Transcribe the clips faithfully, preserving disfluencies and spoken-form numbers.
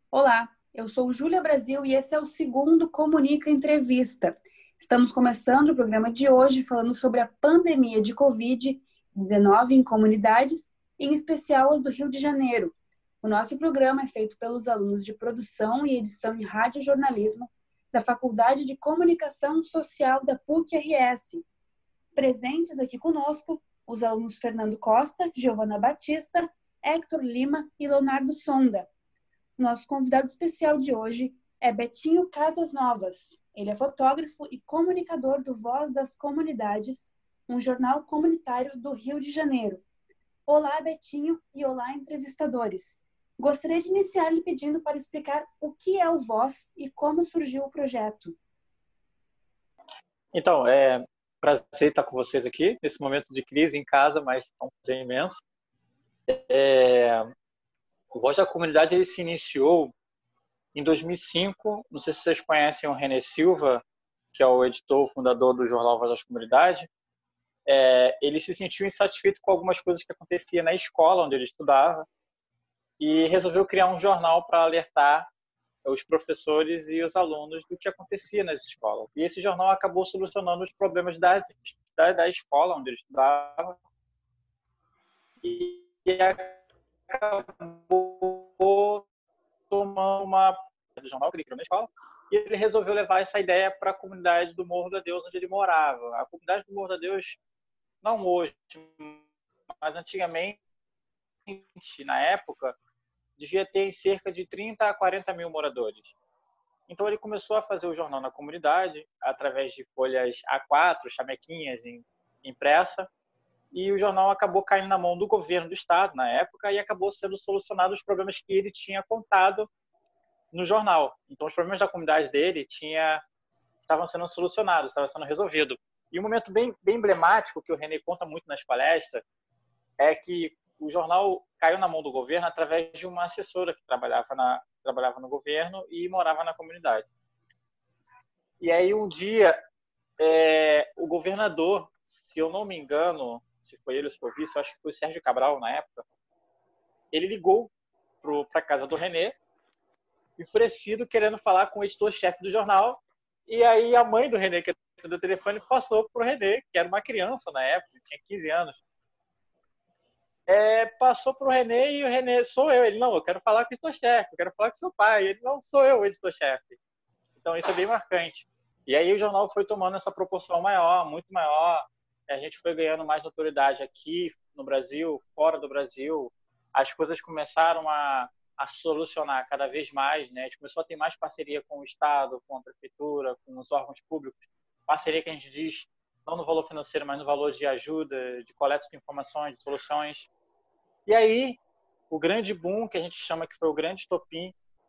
Olá, eu sou Júlia Brasil e esse é o segundo Comunica Entrevista. Estamos começando o programa de hoje falando sobre a pandemia de covid dezenove em comunidades, em especial as do Rio de Janeiro. O nosso programa é feito pelos alunos de produção e edição em radiojornalismo da Faculdade de Comunicação Social da P U C-R S. Presentes aqui conosco, os alunos Fernando Costa, Giovana Batista, Hector Lima e Leonardo Sonda. Nosso convidado especial de hoje é Betinho Casas Novas. Ele é fotógrafo e comunicador do Voz das Comunidades, um jornal comunitário do Rio de Janeiro. Olá, Betinho, e olá, entrevistadores. Gostaria de iniciar lhe pedindo para explicar o que é o Voz e como surgiu o projeto. Então, é prazer estar com vocês aqui, nesse momento de crise em casa, mas é um prazer imenso. É... O Voz da Comunidade ele se iniciou em dois mil e cinco. Não sei se vocês conhecem o René Silva, que é o editor, fundador do jornal Voz da Comunidade. É, ele se sentiu insatisfeito com algumas coisas que aconteciam na escola onde ele estudava e resolveu criar um jornal para alertar os professores e os alunos do que acontecia nas escolas. E esse jornal acabou solucionando os problemas das, da, da escola onde ele estudava e acabou tomando uma do jornal que ele criou na escola, e ele resolveu levar essa ideia para a comunidade do Morro da Deus, onde ele morava. A comunidade do Morro da Deus, não hoje, mas antigamente, na época, devia ter cerca de trinta a quarenta mil moradores. Então ele começou a fazer o jornal na comunidade, através de folhas A quatro, chamequinhas impressa, e o jornal acabou caindo na mão do governo do estado na época e acabou sendo solucionado os problemas que ele tinha contado no jornal. Então os problemas da comunidade dele tinha, estavam sendo solucionados, estavam sendo resolvidos. E um momento bem, bem emblemático que o René conta muito nas palestras é que o jornal caiu na mão do governo através de uma assessora que trabalhava, na, trabalhava no governo e morava na comunidade. E aí um dia é, o governador, se eu não me engano, se foi ele ou se foi o vice, eu acho que foi o Sérgio Cabral na época, ele ligou para a casa do René, enfurecido, querendo falar com o editor-chefe do jornal, e aí a mãe do René, que atendeu o telefone, passou para o René, que era uma criança na época, tinha quinze anos, é, passou para o René e o René, sou eu. Ele, não, eu quero falar com o editor-chefe, eu quero falar com seu pai. Ele, não, sou eu o editor-chefe. Então isso é bem marcante. E aí o jornal foi tomando essa proporção maior, muito maior. A gente foi ganhando mais notoriedade aqui no Brasil, fora do Brasil. As coisas começaram a, a solucionar cada vez mais, né? A gente começou a ter mais parceria com o Estado, com a Prefeitura, com os órgãos públicos. Parceria que a gente diz, não no valor financeiro, mas no valor de ajuda, de coleta de informações, de soluções. E aí, o grande boom, que a gente chama que foi o grande estopim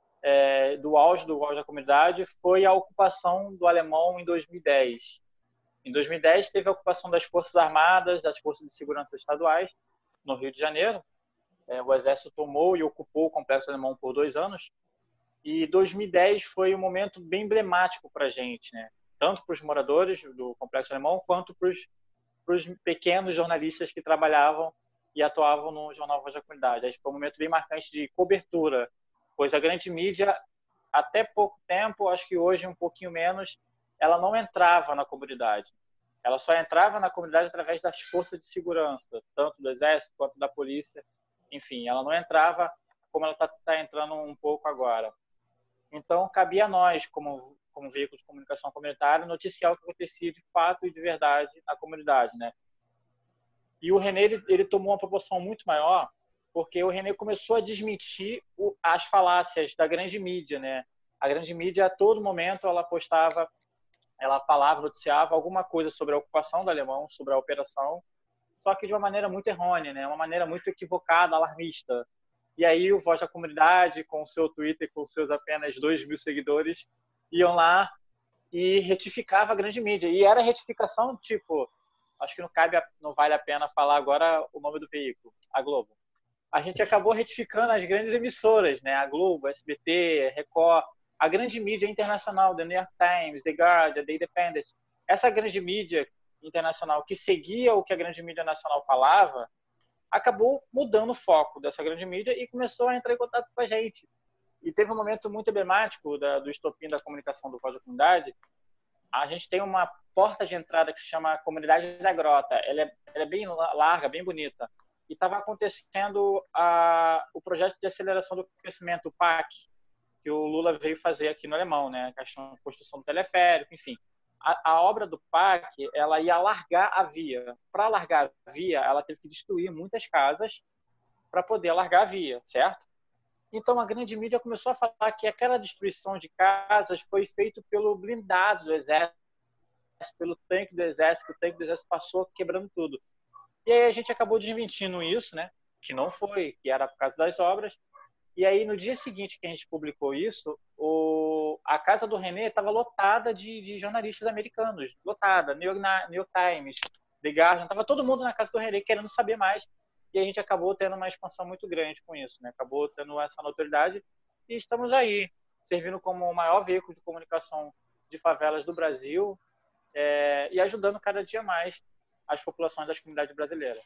é, do auge do Voz da Comunidade, foi a ocupação do alemão em dois mil e dez. Em dois mil e dez, teve a ocupação das Forças Armadas, das Forças de Segurança estaduais, no Rio de Janeiro. É, o Exército tomou e ocupou o Complexo Alemão por dois anos. E dois mil e dez foi um momento bem emblemático para a gente, né? Tanto para os moradores do Complexo Alemão, quanto para os pequenos jornalistas que trabalhavam e atuavam no Jornal Voz da Comunidade. Acho que foi um momento bem marcante de cobertura, pois a grande mídia, até pouco tempo, acho que hoje um pouquinho menos, ela não entrava na comunidade. Ela só entrava na comunidade através das forças de segurança, tanto do Exército quanto da polícia. Enfim, ela não entrava como ela está tá entrando um pouco agora. Então, cabia a nós, como, como veículo de comunicação comunitária, noticiar o que acontecia de fato e de verdade na comunidade, né? E o René, ele, ele tomou uma proporção muito maior, porque o René começou a desmentir o, as falácias da grande mídia, né? A grande mídia, a todo momento, ela postava, ela falava, noticiava alguma coisa sobre a ocupação do alemão, sobre a operação, só que de uma maneira muito errônea, né? Uma maneira muito equivocada, alarmista. E aí o Voz da Comunidade, com o seu Twitter, com seus apenas dois mil seguidores, iam lá e retificava a grande mídia. E era retificação, tipo, acho que não cabe, não vale a pena falar agora o nome do veículo, a Globo. A gente acabou retificando as grandes emissoras, né? A Globo, a S B T, Record, a grande mídia internacional, The New York Times, The Guardian, The Independent. Essa grande mídia internacional que seguia o que a grande mídia nacional falava, acabou mudando o foco dessa grande mídia e começou a entrar em contato com a gente. E teve um momento muito emblemático da, do estopim da comunicação do Voz da Comunidade. A gente tem uma porta de entrada que se chama Comunidade da Grota. Ela é, ela é bem larga, bem bonita. E estava acontecendo a, o projeto de aceleração do crescimento, o P A C, que o Lula veio fazer aqui no Alemão, né? A construção do teleférico, enfim. A, a obra do P A C, ela ia alargar a via. Para alargar a via, ela teve que destruir muitas casas para poder alargar a via, certo? Então, a grande mídia começou a falar que aquela destruição de casas foi feita pelo blindado do Exército, pelo tanque do Exército, que o tanque do Exército passou quebrando tudo. E aí a gente acabou desmentindo isso, né? Que não foi, que era por causa das obras. E aí, no dia seguinte que a gente publicou isso, o... a casa do René estava lotada de, de jornalistas americanos, lotada, New York, New York Times, The Guardian, estava todo mundo na casa do René querendo saber mais. E a gente acabou tendo uma expansão muito grande com isso, né? Acabou tendo essa notoriedade e estamos aí, servindo como o maior veículo de comunicação de favelas do Brasil, é, e ajudando cada dia mais as populações das comunidades brasileiras.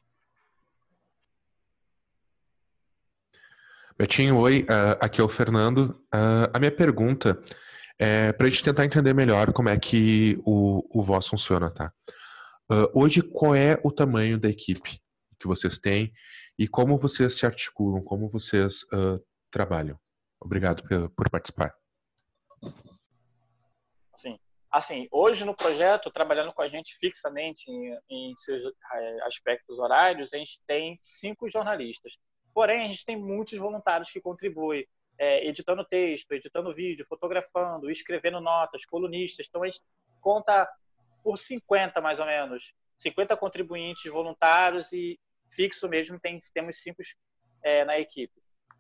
Betinho, oi, uh, aqui é o Fernando. Uh, a minha pergunta é para a gente tentar entender melhor como é que o, o Voz funciona, tá? Uh, hoje, qual é o tamanho da equipe que vocês têm e como vocês se articulam, como vocês uh, trabalham? Obrigado por, por participar. Sim. Assim, hoje no projeto, trabalhando com a gente fixamente em, em seus é, aspectos horários, a gente tem cinco jornalistas. Porém, a gente tem muitos voluntários que contribuem, é, editando texto, editando vídeo, fotografando, escrevendo notas, colunistas. Então, a gente conta por cinquenta, mais ou menos. cinquenta contribuintes voluntários e fixo mesmo, tem, temos cinco é, na equipe.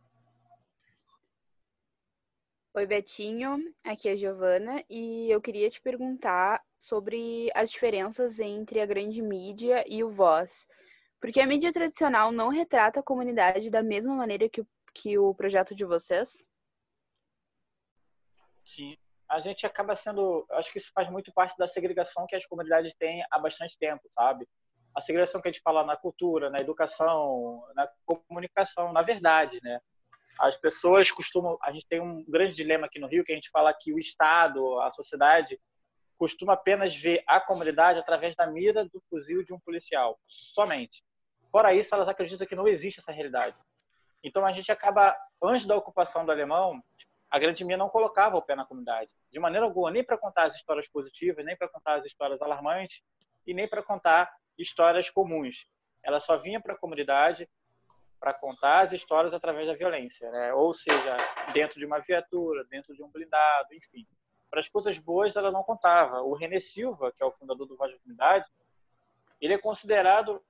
Oi, Betinho, aqui é a Giovana e eu queria te perguntar sobre as diferenças entre a grande mídia e o Voz. Porque a mídia tradicional não retrata a comunidade da mesma maneira que o, que o projeto de vocês? Sim, a gente acaba sendo... Acho que isso faz muito parte da segregação que as comunidades têm há bastante tempo, sabe? A segregação que a gente fala na cultura, na educação, na comunicação, na verdade, né? As pessoas costumam... A gente tem um grande dilema aqui no Rio, que a gente fala que o Estado, a sociedade, costuma apenas ver a comunidade através da mira do fuzil de um policial, somente. Fora isso, elas acreditam que não existe essa realidade. Então, a gente acaba, antes da ocupação do Alemão, a grande mídia não colocava o pé na comunidade. De maneira alguma, nem para contar as histórias positivas, nem para contar as histórias alarmantes, e nem para contar histórias comuns. Ela só vinha para a comunidade para contar as histórias através da violência, né? Ou seja, dentro de uma viatura, dentro de um blindado, enfim. Para as coisas boas, ela não contava. O René Silva, que é o fundador do Voz da Comunidade, ele é considerado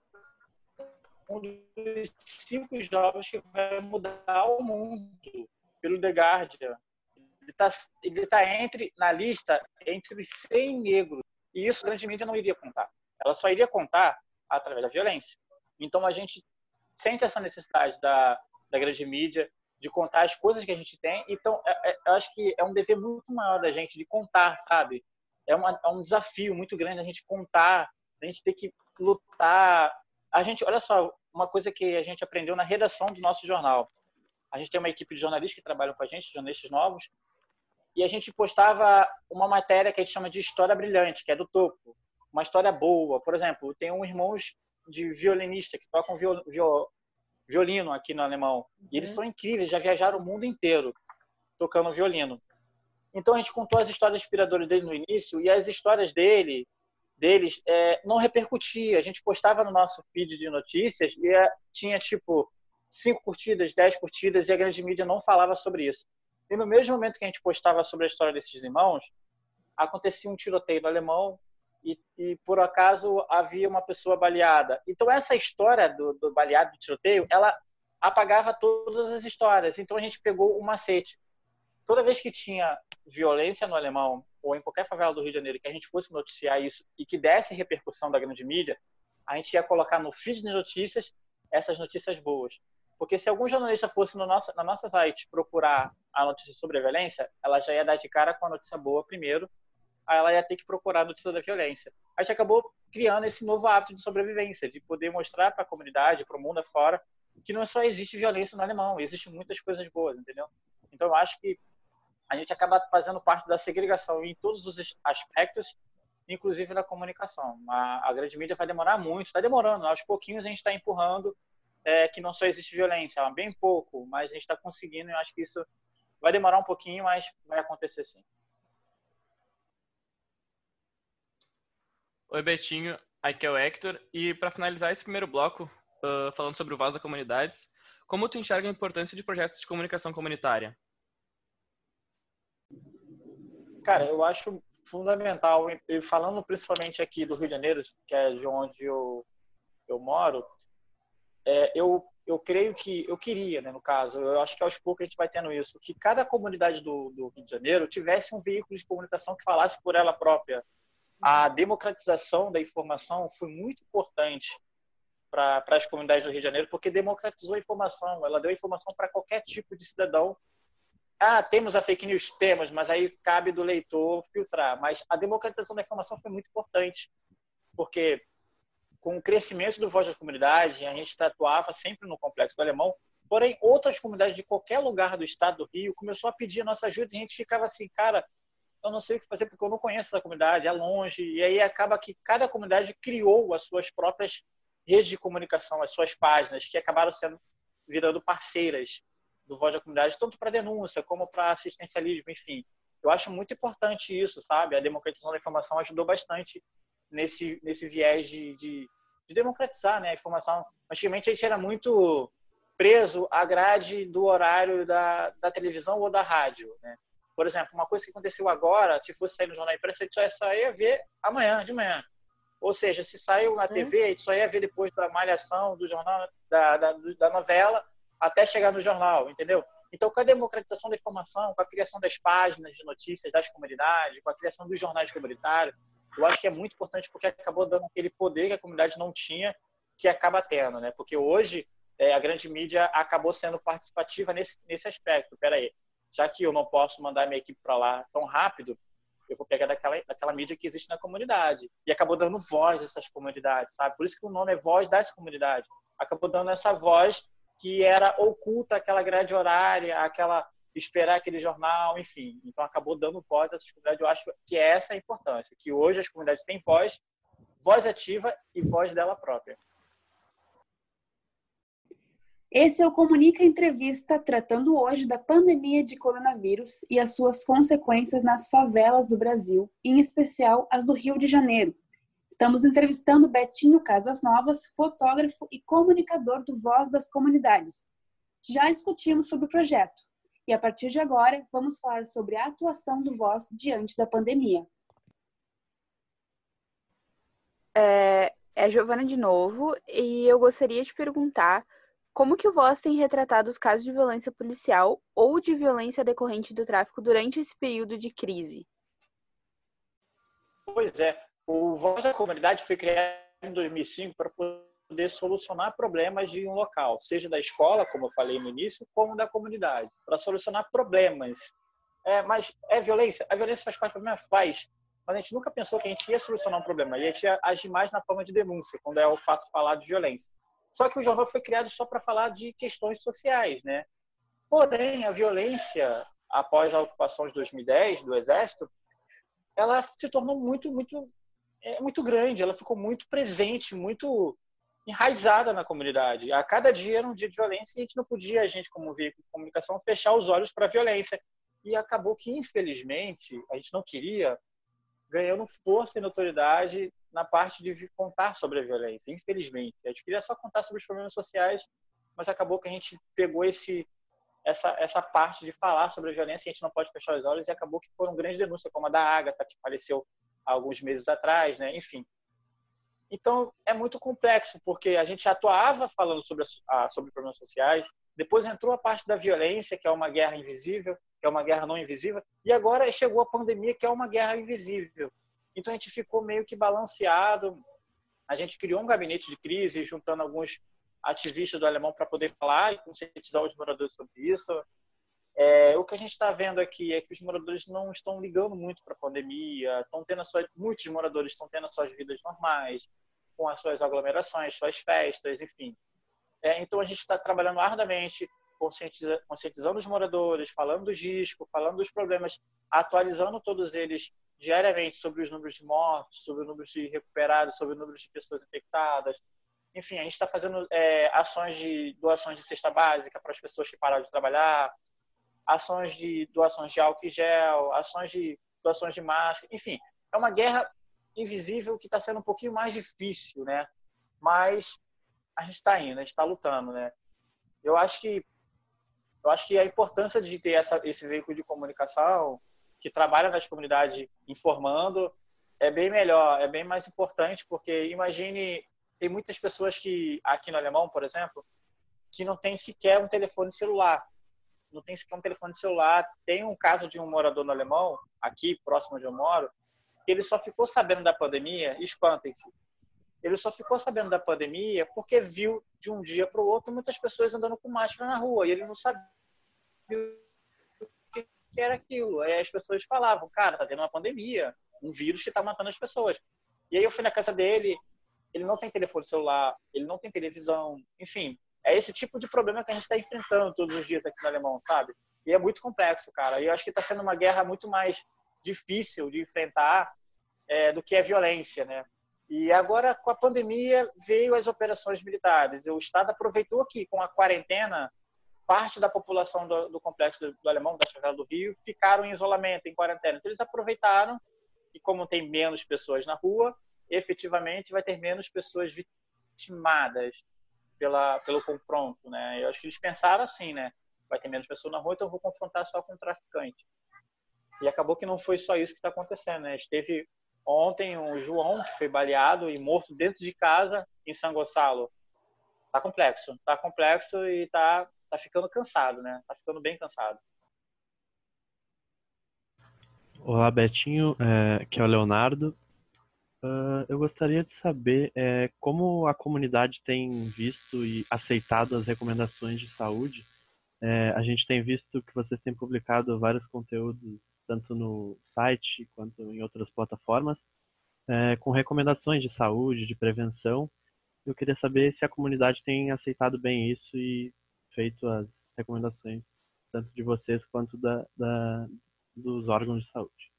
um dos cinco jovens que vai mudar o mundo pelo The Guardian. Ele está ele tá entre, na lista entre os cem negros. E isso a grande mídia não iria contar. Ela só iria contar através da violência. Então, a gente sente essa necessidade da, da grande mídia de contar as coisas que a gente tem. Então, é, é, eu acho que é um dever muito maior da gente de contar, sabe? É, uma, é um desafio muito grande a gente contar, a gente ter que lutar. A gente, olha só, uma coisa que a gente aprendeu na redação do nosso jornal. A gente tem uma equipe de jornalistas que trabalham com a gente, jornalistas novos, e a gente postava uma matéria que a gente chama de história brilhante, que é do topo. Uma história boa. Por exemplo, tem um irmão de violinista que tocam viol, viol, violino aqui no Alemão. E eles são incríveis, já viajaram o mundo inteiro tocando violino. Então a gente contou as histórias inspiradoras dele no início, e as histórias dele, deles é, não repercutia. A gente postava no nosso feed de notícias e é, tinha tipo cinco curtidas, dez curtidas, e a grande mídia não falava sobre isso. E no mesmo momento que a gente postava sobre a história desses irmãos, acontecia um tiroteio no Alemão e, e por acaso havia uma pessoa baleada. Então essa história do, do baleado, do tiroteio, ela apagava todas as histórias. Então a gente pegou o macete. Toda vez que tinha violência no Alemão ou em qualquer favela do Rio de Janeiro que a gente fosse noticiar isso e que desse repercussão da grande mídia, a gente ia colocar no feed de notícias essas notícias boas. Porque se algum jornalista fosse no nosso, na nossa site procurar a notícia sobre a violência, ela já ia dar de cara com a notícia boa primeiro, aí ela ia ter que procurar a notícia da violência. A gente acabou criando esse novo hábito de sobrevivência, de poder mostrar para a comunidade, para o mundo afora, que não só existe violência no Alemão, existem muitas coisas boas, entendeu? Então, eu acho que a gente acaba fazendo parte da segregação em todos os aspectos, inclusive na comunicação. A, a grande mídia vai demorar muito, está demorando, aos pouquinhos a gente está empurrando é, que não só existe violência, bem pouco, mas a gente está conseguindo, e eu acho que isso vai demorar um pouquinho, mas vai acontecer sim. Oi, Betinho, aqui é o Hector, e para finalizar esse primeiro bloco, uh, falando sobre o Voz das Comunidades, como tu enxerga a importância de projetos de comunicação comunitária? Cara, eu acho fundamental, e falando principalmente aqui do Rio de Janeiro, que é de onde eu, eu moro, é, eu, eu creio que, eu queria, né, no caso, eu acho que aos poucos a gente vai tendo isso, que cada comunidade do, do Rio de Janeiro tivesse um veículo de comunicação que falasse por ela própria. A democratização da informação foi muito importante para as comunidades do Rio de Janeiro, porque democratizou a informação, ela deu informação para qualquer tipo de cidadão. Ah, temos a fake news? Temos, mas aí cabe do leitor filtrar. Mas a democratização da informação foi muito importante, porque com o crescimento do Voz da Comunidade, a gente atuava sempre no Complexo do Alemão, porém, outras comunidades de qualquer lugar do estado do Rio começou a pedir a nossa ajuda e a gente ficava assim, cara, eu não sei o que fazer porque eu não conheço essa comunidade, é longe. E aí acaba que cada comunidade criou as suas próprias redes de comunicação, as suas páginas, que acabaram sendo virando parceiras do Voz da Comunidade, tanto para denúncia como para assistencialismo, enfim. Eu acho muito importante isso, sabe? A democratização da informação ajudou bastante nesse, nesse viés de, de, de democratizar, né, a informação. Antigamente a gente era muito preso à grade do horário da, da televisão ou da rádio, né? Por exemplo, uma coisa que aconteceu agora, se fosse sair no Jornal Impresso, a gente só ia ver amanhã, de manhã. Ou seja, se saiu na T V, a gente só ia ver depois da malhação, do jornal, da, da, da novela, até chegar no jornal, entendeu? Então, com a democratização da informação, com a criação das páginas de notícias das comunidades, com a criação dos jornais comunitários, eu acho que é muito importante porque acabou dando aquele poder que a comunidade não tinha, que acaba tendo, né? Porque hoje é, a grande mídia acabou sendo participativa nesse, nesse aspecto. Espera aí, já que eu não posso mandar minha equipe para lá tão rápido, eu vou pegar daquela, daquela mídia que existe na comunidade. E acabou dando voz a essas comunidades, sabe? Por isso que o nome é Voz das Comunidades. Acabou dando essa voz que era oculta àquela grade horária, aquela esperar aquele jornal, enfim. Então, acabou dando voz a essas comunidades. Eu acho que essa é a importância, que hoje as comunidades têm voz, voz ativa e voz dela própria. Esse é o Comunica Entrevista, tratando hoje da pandemia de coronavírus e as suas consequências nas favelas do Brasil, em especial as do Rio de Janeiro. Estamos entrevistando Betinho Casas Novas, fotógrafo e comunicador do Voz das Comunidades. Já discutimos sobre o projeto e, a partir de agora, vamos falar sobre a atuação do Voz diante da pandemia. É, é a Giovana de novo, e eu gostaria de perguntar como que o Voz tem retratado os casos de violência policial ou de violência decorrente do tráfico durante esse período de crise? Pois é, o Voz da Comunidade foi criado em dois mil e cinco para poder solucionar problemas de um local, seja da escola, como eu falei no início, como da comunidade, para solucionar problemas. É, mas é violência? A violência faz parte do problema? Faz. Mas a gente nunca pensou que a gente ia solucionar um problema. E a gente ia agir mais na forma de denúncia, quando é o fato de falar de violência. Só que o jornal foi criado só para falar de questões sociais, né? Porém, a violência, após a ocupação de dois mil e dez do Exército, ela se tornou muito, muito, é, muito grande. Ela ficou muito presente, muito enraizada na comunidade. A cada dia era um dia de violência e a gente não podia, a gente como veículo de comunicação, fechar os olhos para a violência. E acabou que, infelizmente, a gente não queria, ganhando força e notoriedade na parte de contar sobre a violência, infelizmente. A gente queria só contar sobre os problemas sociais, mas acabou que a gente pegou esse, essa, essa parte de falar sobre a violência e a gente não pode fechar os olhos, e acabou que foram grandes denúncias, como a da Ágata, que faleceu há alguns meses atrás, né? Enfim. Então, é muito complexo, porque a gente atuava falando sobre, a, sobre problemas sociais, depois entrou a parte da violência, que é uma guerra invisível, que é uma guerra não invisível, e agora chegou a pandemia, que é uma guerra invisível. Então, a gente ficou meio que balanceado. A gente criou um gabinete de crise, juntando alguns ativistas do Alemão para poder falar e conscientizar os moradores sobre isso. É, o que a gente está vendo aqui é que os moradores não estão ligando muito para a pandemia, estão tendo suas, muitos moradores estão tendo as suas vidas normais, com as suas aglomerações, suas festas, enfim. É, então, a gente está trabalhando arduamente conscientiza, conscientizando os moradores, falando dos riscos, falando dos problemas, atualizando todos eles diariamente sobre os números de mortes, sobre os números de recuperados, sobre os números de pessoas infectadas. Enfim, a gente está fazendo é, ações de doações de cesta básica para as pessoas que pararam de trabalhar, ações de doações de álcool e gel, ações de doações de máscara. Enfim, é uma guerra invisível que está sendo um pouquinho mais difícil, né? Mas a gente está indo, a gente está lutando, né? Eu acho que eu acho que a importância de ter essa, esse veículo de comunicação que trabalha nas comunidades informando é bem melhor, é bem mais importante, porque imagine, tem muitas pessoas que, aqui no Alemão, por exemplo, que não tem sequer um telefone celular. Não tem sequer um telefone celular. Tem um caso de um morador no Alemão, aqui próximo onde eu moro, que ele só ficou sabendo da pandemia, espantem-se, ele só ficou sabendo da pandemia porque viu de um dia para o outro muitas pessoas andando com máscara na rua e ele não sabia o que era aquilo. Aí as pessoas falavam, cara, tá tendo uma pandemia, um vírus que tá matando as pessoas. E aí eu fui na casa dele, ele não tem telefone celular, ele não tem televisão, enfim, é esse tipo de problema que a gente está enfrentando todos os dias aqui no Alemão, sabe? E é muito complexo, cara. E eu acho que está sendo uma guerra muito mais difícil de enfrentar é, do que a violência, né? E agora, com a pandemia, veio as operações militares. O Estado aproveitou que, com a quarentena, parte da população do, do complexo do, do Alemão, da favela do Rio, ficaram em isolamento, em quarentena. Então, eles aproveitaram e, como tem menos pessoas na rua, efetivamente vai ter menos pessoas vitimadas pela, pelo confronto, né? Eu acho que eles pensaram assim, né? Vai ter menos pessoas na rua, então eu vou confrontar só com o traficante. E acabou que não foi só isso que está acontecendo, né? Esteve ontem o João, que foi baleado e morto dentro de casa em São Gonçalo. Tá complexo, tá complexo e tá, tá ficando cansado, né? Tá ficando bem cansado. Olá, Betinho, é, que é o Leonardo. Uh, eu gostaria de saber é, como a comunidade tem visto e aceitado as recomendações de saúde. É, a gente tem visto que vocês têm publicado vários conteúdos, tanto no site quanto em outras plataformas, é, com recomendações de saúde, de prevenção. Eu queria saber se a comunidade tem aceitado bem isso e feito as recomendações, tanto de vocês quanto da, da, dos órgãos de saúde.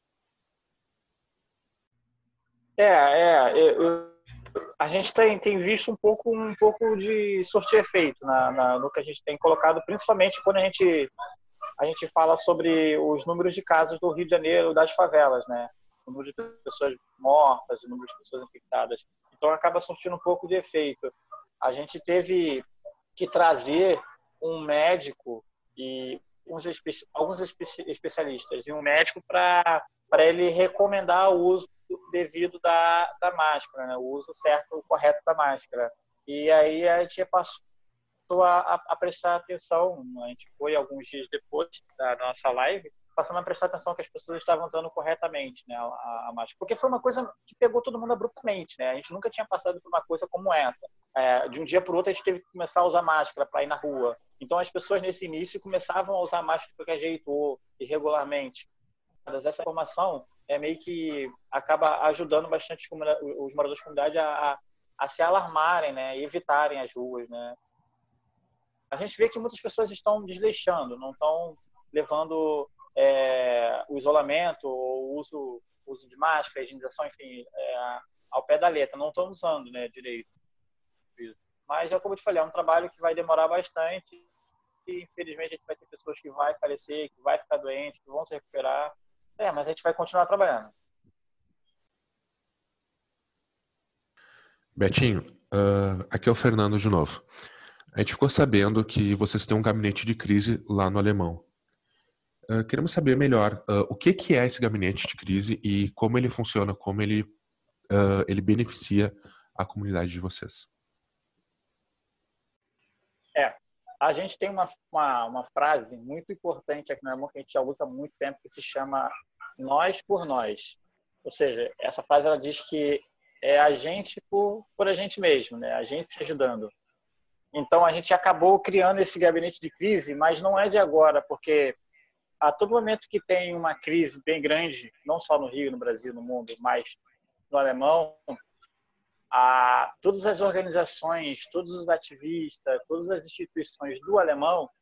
É, é eu, a gente tem, tem visto um pouco, um pouco de sorte efeito na, na, no que a gente tem colocado, principalmente quando a gente, a gente fala sobre os números de casos do Rio de Janeiro, das favelas, né? O número de pessoas mortas, o número de pessoas infectadas. Então, acaba surtindo um pouco de efeito. A gente teve que trazer um médico e uns espe- alguns espe- especialistas e um médico para para ele recomendar o uso devido da, da máscara, né? O uso certo, correto da máscara. E aí a gente passou a, a prestar atenção, a gente foi alguns dias depois da nossa live, passando a prestar atenção que as pessoas estavam usando corretamente, né, a, a máscara. Porque foi uma coisa que pegou todo mundo abruptamente, né? A gente nunca tinha passado por uma coisa como essa. É, de um dia para o outro a gente teve que começar a usar máscara para ir na rua. Então as pessoas nesse início começavam a usar máscara de qualquer jeito ou irregularmente. Essa informação é meio que acaba ajudando bastante os moradores da comunidade a, a, a se alarmarem, né, e evitarem as ruas, né. A gente vê que muitas pessoas estão desleixando, não estão levando é, o isolamento, o uso, uso de máscara, higienização, enfim, é, ao pé da letra, não estão usando, né, direito. Mas, como eu te falei, é um trabalho que vai demorar bastante e, infelizmente, a gente vai ter pessoas que vão falecer, que vão ficar doentes, que vão se recuperar. É, mas a gente vai continuar trabalhando. Betinho, uh, aqui é o Fernando de novo. A gente ficou sabendo que vocês têm um gabinete de crise lá no Alemão. Uh, queremos saber melhor uh, o que, que é esse gabinete de crise e como ele funciona, como ele, uh, ele beneficia a comunidade de vocês. É, a gente tem uma, uma, uma frase muito importante aqui no Alemão que a gente já usa há muito tempo, que se chama nós por nós. Ou seja, essa frase ela diz que é a gente por, por a gente mesmo, né? A gente se ajudando. Então, a gente acabou criando esse gabinete de crise, mas não é de agora, porque a todo momento que tem uma crise bem grande, não só no Rio, no Brasil, no mundo, mas no Alemão, a, todas as organizações, todos os ativistas, todas as instituições do Alemão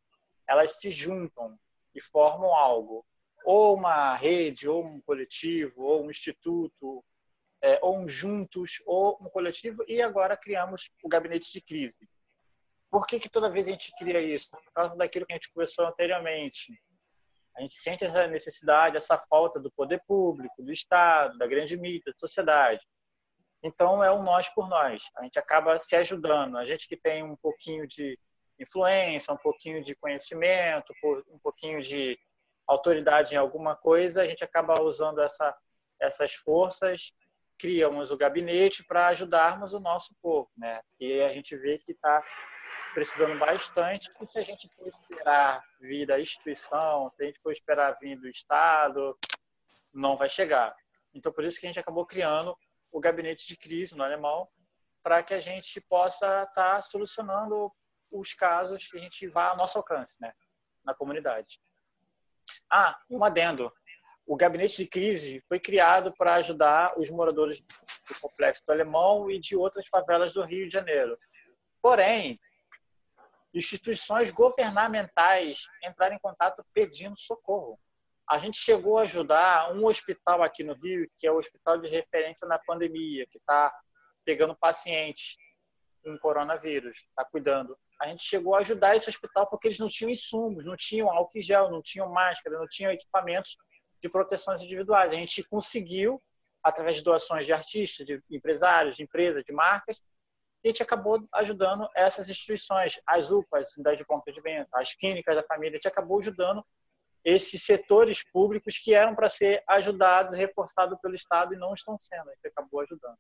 elas se juntam e formam algo, ou uma rede, ou um coletivo, ou um instituto, é, ou um juntos, ou um coletivo, e agora criamos o gabinete de crise. Por que que toda vez a gente cria isso? Por causa daquilo que a gente conversou anteriormente. A gente sente essa necessidade, essa falta do poder público, do Estado, da grande mídia, da sociedade. Então, é um nós por nós. A gente acaba se ajudando. A gente que tem um pouquinho de influência, um pouquinho de conhecimento, um pouquinho de autoridade em alguma coisa, a gente acaba usando essa, essas forças, criamos o gabinete para ajudarmos o nosso povo, né? E a gente vê que está precisando bastante, e se a gente for esperar vir da instituição, se a gente for esperar vir do Estado, não vai chegar. Então, por isso que a gente acabou criando o gabinete de crise no alemão, para que a gente possa estar tá solucionando os casos que a gente vá ao nosso alcance, né, na comunidade. Ah, um adendo. O gabinete de crise foi criado para ajudar os moradores do Complexo do Alemão e de outras favelas do Rio de Janeiro. Porém, instituições governamentais entraram em contato pedindo socorro. A gente chegou a ajudar um hospital aqui no Rio, que é o hospital de referência na pandemia, que está pegando pacientes com coronavírus, está cuidando. A gente chegou a ajudar esse hospital porque eles não tinham insumos, não tinham álcool em gel, não tinham máscara, não tinham equipamentos de proteções individuais. A gente conseguiu, através de doações de artistas, de empresários, de empresas, de marcas, e a gente acabou ajudando essas instituições, as U P A, as unidades de bom atendimento, as clínicas da família, a gente acabou ajudando esses setores públicos que eram para ser ajudados, reforçados pelo Estado e não estão sendo, a gente acabou ajudando.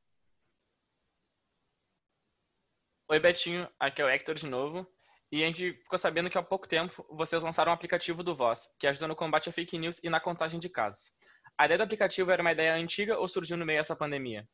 Oi, Betinho, aqui é o Hector de novo. E a gente ficou sabendo que há pouco tempo vocês lançaram um aplicativo do Voz, que ajuda no combate a fake news e na contagem de casos. A ideia do aplicativo era uma ideia antiga ou surgiu no meio dessa pandemia?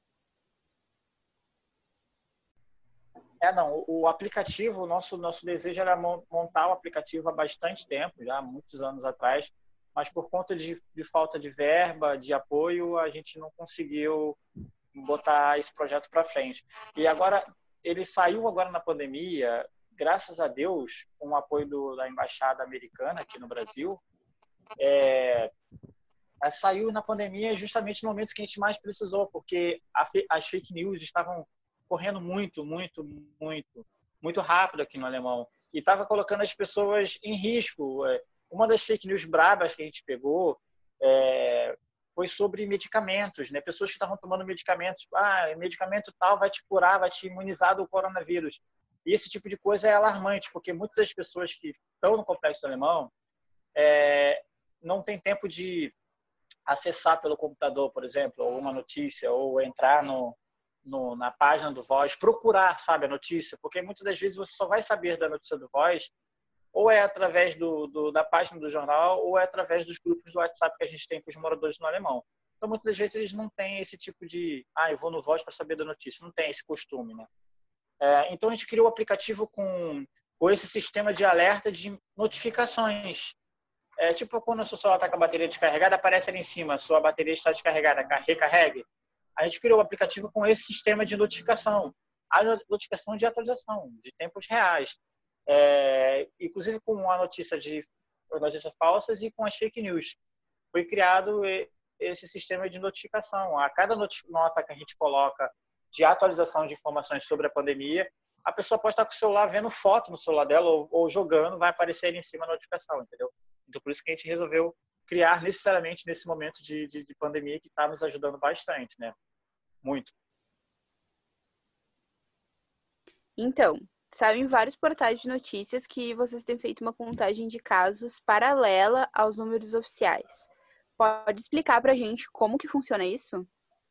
É, não. O aplicativo, o nosso, nosso desejo era montar o aplicativo há bastante tempo, já há muitos anos atrás, mas por conta de, de falta de verba, de apoio, a gente não conseguiu botar esse projeto para frente. E agora, ele saiu agora na pandemia, graças a Deus, com o apoio do, da Embaixada Americana aqui no Brasil, é, saiu na pandemia justamente no momento que a gente mais precisou, porque a, as fake news estavam correndo muito, muito, muito, muito rápido aqui no alemão. E estava colocando as pessoas em risco. Uma das fake news brabas que a gente pegou é, foi sobre medicamentos, né? Pessoas que estavam tomando medicamentos. Ah, medicamento tal vai te curar, vai te imunizar do coronavírus. E esse tipo de coisa é alarmante, porque muitas das pessoas que estão no Complexo do Alemão é, não tem tempo de acessar pelo computador, por exemplo, ou uma notícia, ou entrar no No, na página do Voz, procurar, sabe, a notícia, porque muitas das vezes você só vai saber da notícia do Voz ou é através do, do, da página do jornal ou é através dos grupos do WhatsApp que a gente tem com os moradores no alemão. Então, muitas das vezes eles não têm esse tipo de, ah, eu vou no Voz para saber da notícia, não tem esse costume, né? É, então, a gente criou o aplicativo com, com esse sistema de alerta de notificações. É, tipo, quando o seu celular está com a bateria descarregada, aparece ali em cima, a sua bateria está descarregada, recarregue. A gente criou o aplicativo com esse sistema de notificação, a notificação de atualização, de tempos reais, é, inclusive com a notícia de notícias falsas e com as fake news. Foi criado esse sistema de notificação. A cada nota que a gente coloca de atualização de informações sobre a pandemia, a pessoa pode estar com o celular vendo foto no celular dela ou, ou jogando, vai aparecer ali em cima a notificação, entendeu? Então, por isso que a gente resolveu criar necessariamente nesse momento de, de, de pandemia que está nos ajudando bastante, né? Muito. Então, saiu em vários portais de notícias que vocês têm feito uma contagem de casos paralela aos números oficiais. Pode explicar pra gente como que funciona isso?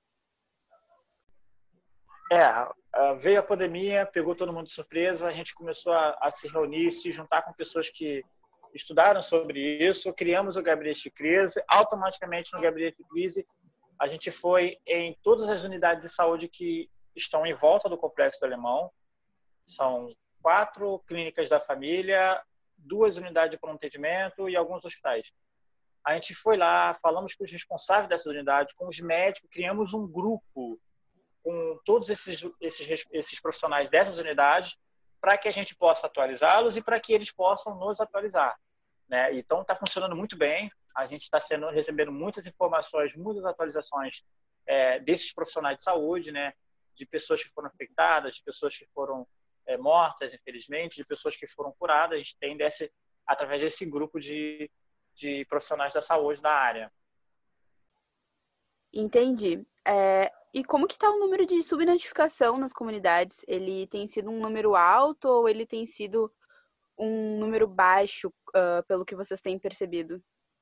É, veio a pandemia, pegou todo mundo de surpresa, a gente começou a, a se reunir, se juntar com pessoas que estudaram sobre isso, criamos o gabinete de crise, automaticamente no gabinete de crise a gente foi em todas as unidades de saúde que estão em volta do Complexo do Alemão. São quatro clínicas da família, duas unidades de pronto atendimento e alguns hospitais. A gente foi lá, falamos com os responsáveis dessas unidades, com os médicos, criamos um grupo com todos esses, esses, esses profissionais dessas unidades para que a gente possa atualizá-los e para que eles possam nos atualizar, né? Então, está funcionando muito bem. A gente está sendo recebendo muitas informações, muitas atualizações é, desses profissionais de saúde, né? De pessoas que foram infectadas, de pessoas que foram é, mortas, infelizmente, de pessoas que foram curadas. A gente tem desse, através desse grupo de, de profissionais da saúde da área. Entendi. É, e como que está o número de subnotificação nas comunidades? Ele tem sido um número alto ou ele tem sido um número baixo, uh, pelo que vocês têm percebido?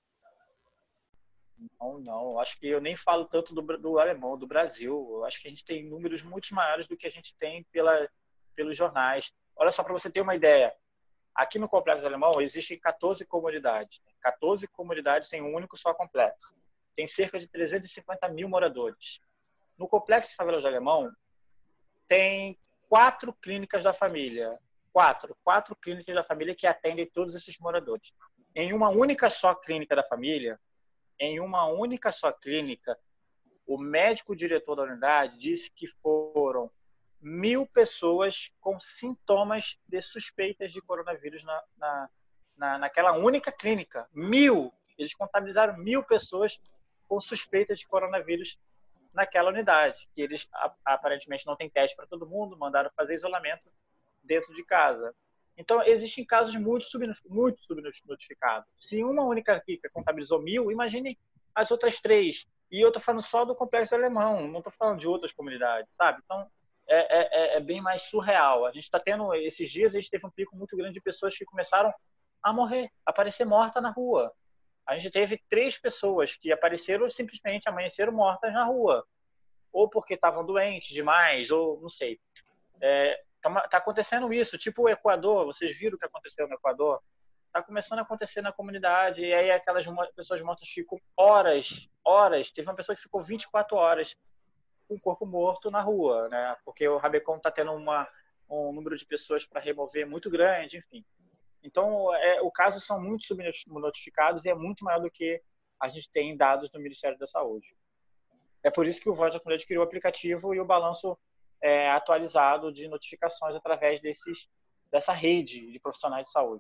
Não, não. Eu acho que eu nem falo tanto do, do alemão, do Brasil. Eu acho que a gente tem números muito maiores do que a gente tem pela, pelos jornais. Olha só, para você ter uma ideia. Aqui no Complexo Alemão existem quatorze comunidades. quatorze comunidades em um único só complexo. Tem cerca de trezentos e cinquenta mil moradores. No Complexo de Favelas do Alemão, tem quatro clínicas da família. Quatro. Quatro clínicas da família que atendem todos esses moradores. Em uma única só clínica da família, em uma única só clínica, o médico diretor da unidade disse que foram mil pessoas com sintomas de suspeitas de coronavírus na, na, na, naquela única clínica. Mil! Eles contabilizaram mil pessoas com suspeitas de coronavírus naquela unidade. Que eles aparentemente não têm teste para todo mundo, mandaram fazer isolamento dentro de casa. Então, existem casos muito, sub, muito subnotificados. Se uma única clínica contabilizou mil, imagine as outras três. E eu estou falando só do Complexo Alemão, não estou falando de outras comunidades, sabe? Então, é, é, é bem mais surreal. A gente está tendo, esses dias, a gente teve um pico muito grande de pessoas que começaram a morrer, a aparecer morta na rua. A gente teve três pessoas que apareceram simplesmente, amanheceram mortas na rua. Ou porque estavam doentes demais, ou não sei. É, tá acontecendo isso, tipo o Equador, vocês viram o que aconteceu no Equador? Tá começando a acontecer na comunidade, e aí aquelas pessoas mortas ficam horas, horas. Teve uma pessoa que ficou vinte e quatro horas com o corpo morto na rua, né? Porque o Rabecão tá tendo uma, um número de pessoas para remover muito grande, enfim. Então, é, o caso são muito subnotificados e é muito maior do que a gente tem em dados do Ministério da Saúde. É por isso que o Voz da Comunidade criou o aplicativo e o balanço é, atualizado de notificações através desses, dessa rede de profissionais de saúde.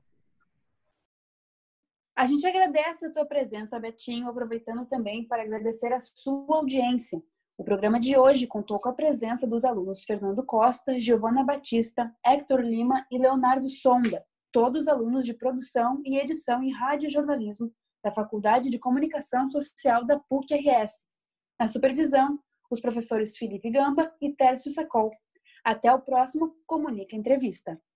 A gente agradece a tua presença, Betinho, aproveitando também para agradecer a sua audiência. O programa de hoje contou com a presença dos alunos Fernando Costa, Giovana Batista, Hector Lima e Leonardo Sonda, todos alunos de produção e edição em rádio e jornalismo da Faculdade de Comunicação Social da P U C R S. Na supervisão, os professores Felipe Gamba e Tércio Sacol. Até o próximo Comunica Entrevista.